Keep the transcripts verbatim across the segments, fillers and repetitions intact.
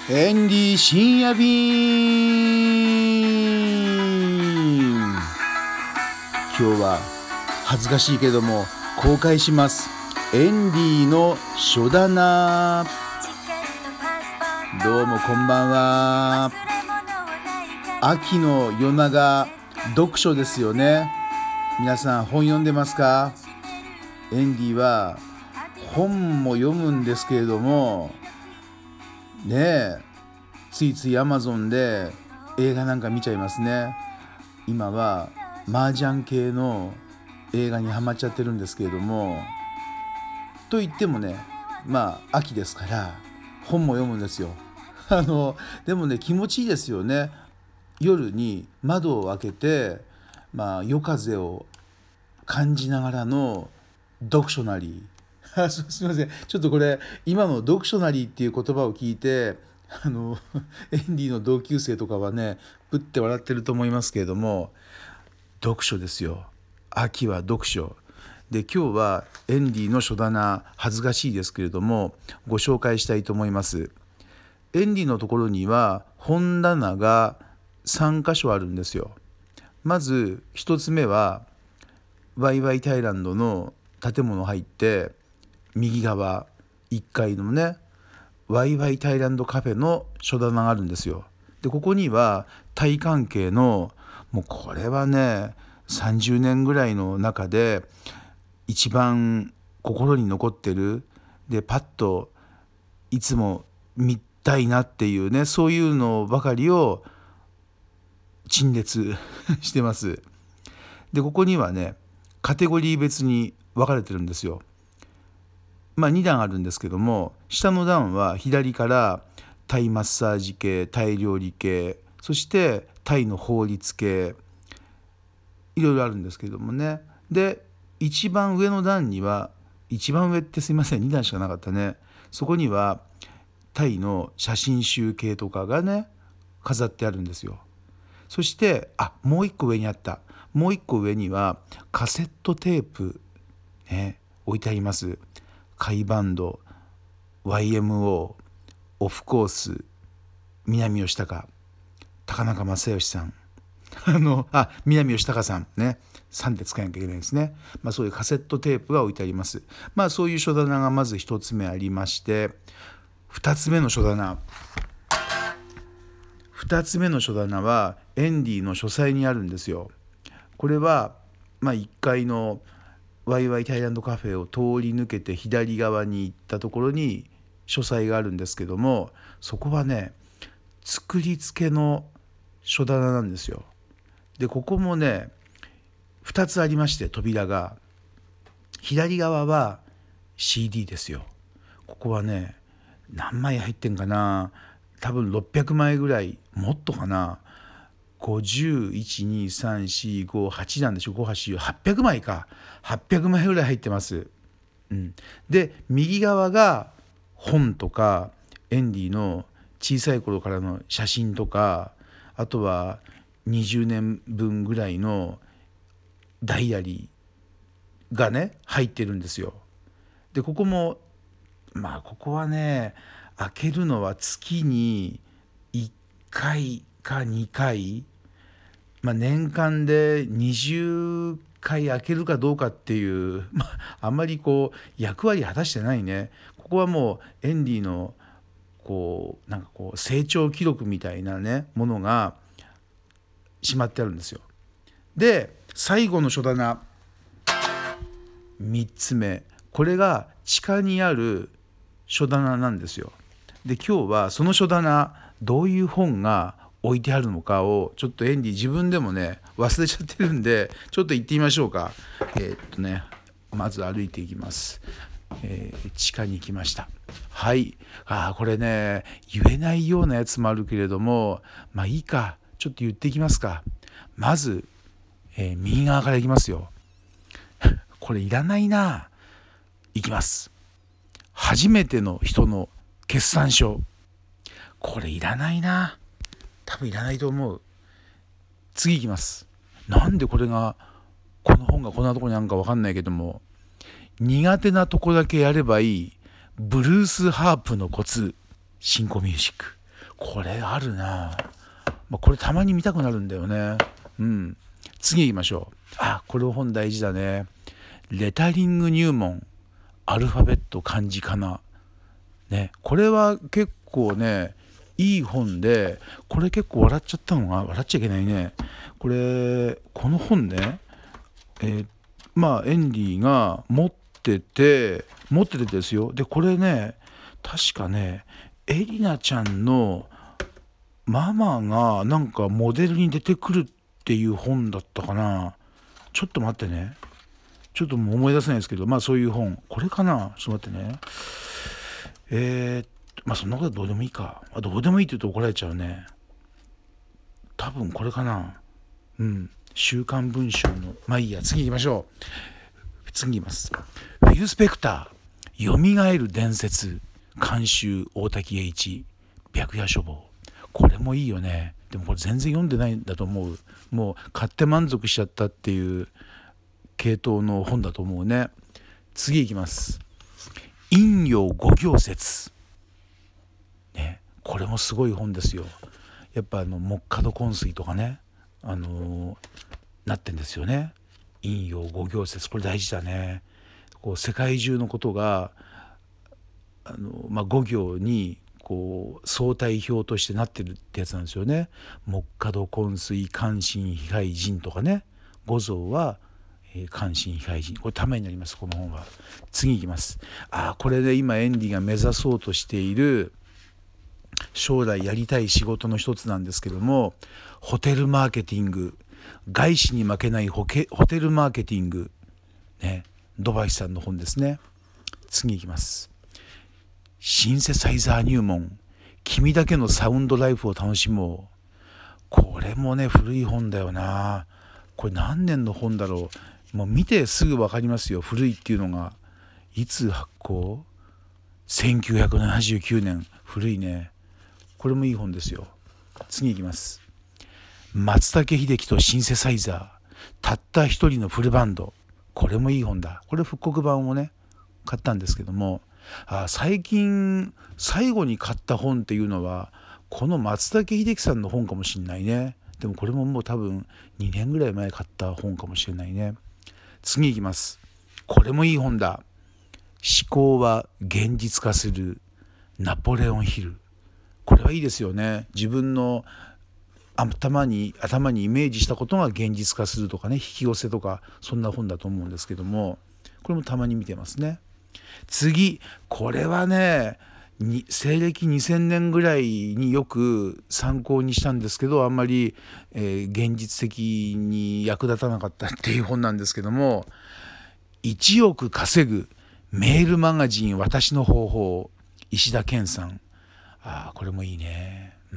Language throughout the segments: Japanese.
エンディ深夜便。今日は恥ずかしいけども公開します。エンディの書棚。どうもこんばんは。秋の夜長読書ですよね。皆さん本読んでますか？エンディは本も読むんですけれどもねえ、ついつい Amazon で映画なんか見ちゃいますね。今は麻雀系の映画にハマっちゃってるんですけれども、と言ってもね、まあ秋ですから本も読むんですよ。あのでもね、気持ちいいですよね。夜に窓を開けて、まあ夜風を感じながらの読書なりすみません、ちょっとこれ今の読書なりっていう言葉を聞いて、あのエンディの同級生とかはねぶって笑ってると思いますけれども、読書ですよ。秋は読書で、今日はエンディの書棚、恥ずかしいですけれどもご紹介したいと思います。エンディのところには本棚がさんかしょあるんですよ。まずひとつめはワイワイタイランドの建物入って右側いっかいのねワイワイタイランドカフェの書棚があるんですよ。でここにはタイ関係の、もうこれはねさんじゅうねんぐらいの中で一番心に残ってる、でパッといつも見たいなっていうね、そういうのばかりを陳列してます。でここにはねカテゴリー別に分かれてるんですよ。まあに段あるんですけども、下の段は左からタイマッサージ系、タイ料理系、そしてタイの法律系、いろいろあるんですけどもね。で一番上の段には、一番上ってすいませんに段しかなかったね、そこにはタイの写真集系とかがね飾ってあるんですよ。そしてあもう一個上にあった、もう一個上にはカセットテープね置いてあります。カイバンド、 ワイエムオー、 オフコース、南吉高、高中正義さんあのあ南吉高さんね、さんで使わなきゃいけないですね。まあそういうカセットテープが置いてあります。まあそういう書棚がまず一つ目ありまして、二つ目の書棚二つ目の書棚はエンディの書斎にあるんですよ。これはまあいっかいのワイワイタイランドカフェを通り抜けて左側に行ったところに書斎があるんですけども、そこはね作り付けの書棚なんですよ。でここもねふたつありまして、扉が左側は シーディー ですよ。ここはね何枚入ってんかな、多分ろっぴゃくまいぐらい、もっとかな、ごじゅういち、に、さん、し、ご、はちなんでしょ、ご、はち、はっぴゃくまいか、はっぴゃくまいぐらい入ってます。うん、で右側が本とかエンディの小さい頃からの写真とか、あとはにじゅうねんぶんぐらいのダイアリーがね入ってるんですよ。でここもまあここはね開けるのは月にいっかいかにかい、まあ、年間でにじゅっかい開けるかどうかっていう、まあ、あんまりこう役割果たしてないね。ここはもうエンディのこうなんかこう成長記録みたいなねものがしまってあるんですよ。で最後の書棚みっつめ、これが地下にある書棚なんですよ。で今日はその書棚どういう本が置いてあるのかをちょっとエンディ自分でもね忘れちゃってるんで、ちょっと行ってみましょうか。えー、っとねまず歩いていきます。えー、地下に行きました。はい、あこれね言えないようなやつもあるけれども、まあいいか、ちょっと言っていきますか。まず、えー、右側からいきますよ。これいらないな。いきます。初めての人の決算書、これいらないな、多分いらないと思う。次いきます。なんでこれがこの本がこんなところにあるか分かんないけども、苦手なとこだけやればいいブルースハープのコツ、新興ミュージック、 これあるな、まあ、これたまに見たくなるんだよね。うん。次行きましょう。あ、これ本大事だね。レタリング入門、アルファベット漢字かな。ね、これは結構ね、いい本で、これ結構笑っちゃったのが、笑っちゃいけないね。これ、この本ね、えー、まあ、エンディが持ってて、持っててですよ。で、これね、確かね、エリナちゃんのママがなんかモデルに出てくるっていう本だったかな。ちょっと待ってね。ちょっともう思い出せないですけど、まあそういう本。これかな。ちょっと待ってね。えー、まあそんなことはどうでもいいか。あ、どうでもいいって言うと怒られちゃうね。多分これかな。うん。週刊文春の。まあいいや、次行きましょう。次行きます。フィル・スペクター、よみがえる伝説、監修大滝栄一、白夜書房。これもいいよね。でもこれ全然読んでないんだと思う。もう買って満足しちゃったっていう系統の本だと思うね。次行きます。陰陽五行説、ね、これもすごい本ですよ。やっぱあの木角昏水とかね、あのー、なってんですよね。陰陽五行説、これ大事だね。こう世界中のことがあの、まあ、五行にこう相対表としてなってるってやつなんですよね。木角昏水、関心非害人とかね。五臓は関心非害人、これためになります、この本は。次いきます。あ、これで今エンディが目指そうとしている将来やりたい仕事の一つなんですけども、ホテルマーケティング、外資に負けないホケホテルマーケティング、ね、土橋さんの本ですね。次いきます。シンセサイザー入門、君だけのサウンドライフを楽しもう。これもね、古い本だよな。これ何年の本だろう。もう見てすぐ分かりますよ、古いっていうのが。いつ発行？せんきゅうひゃくななじゅうきゅうねん。古いね。これもいい本ですよ。次いきます。松武秀樹とシンセサイザー、たった一人のフルバンド。これもいい本だ。これ復刻版をね買ったんですけども、あ、最近最後に買った本っていうのはこの松武秀樹さんの本かもしれないね。でもこれももう多分にねんぐらい前買った本かもしれないね。次いきます。これもいい本だ。思考は現実化する、ナポレオンヒル。これはいいですよね。自分の頭に頭にイメージしたことが現実化するとかね、引き寄せとか、そんな本だと思うんですけども、これもたまに見てますね。次、これはね、に西暦にせんねんぐらいによく参考にしたんですけど、あんまり、えー、現実的に役立たなかったっていう本なんですけども、いちおく稼ぐメールマガジン私の方法、石田健さん。ああ、これもいいね。うん、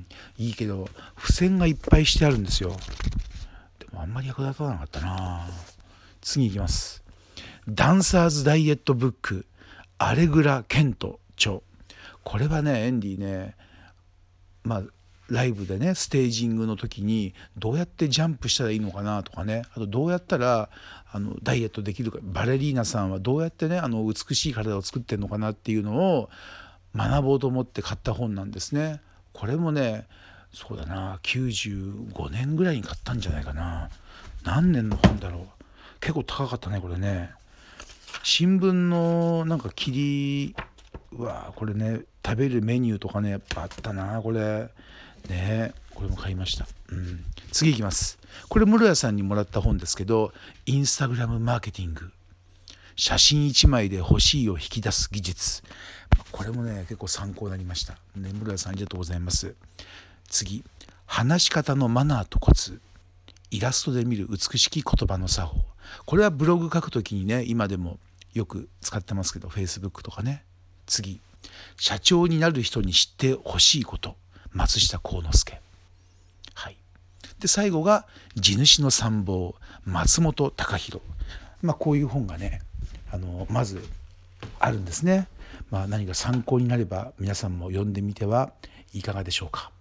いいけど付箋がいっぱいしてあるんですよ。でもあんまり役立たなかったな。次いきます。ダンサーズダイエットブック、アレグラ・ケント著。これはね、エンディね、まあライブでね、ステージングの時にどうやってジャンプしたらいいのかなとかね、あとどうやったらあのダイエットできるか、バレリーナさんはどうやってね、あの美しい体を作ってるのかなっていうのを学ぼうと思って買った本なんですね。これもね、そうだな、きゅうじゅうごねんぐらいに買ったんじゃないかな。何年の本だろう。結構高かったね、これね。新聞のなんか切り、うわこれね、食べるメニューとかね、やっぱあったな、これね。これも買いました、うん、次いきます。これ室谷さんにもらった本ですけど、インスタグラムマーケティング、写真いちまいで欲しいを引き出す技術。これもね、結構参考になりました、ね、室谷さんありがとうございます。次、話し方のマナーとコツ、イラストで見る美しき言葉の作法。これはブログ書くときにね、今でもよく使ってますけど、 Facebook とかね。次、社長になる人に知ってほしいこと、松下幸之助。はい。で最後が地主の参謀、松本隆弘。まあこういう本がね、あのまずあるんですね。まあ何か参考になれば皆さんも読んでみてはいかがでしょうか。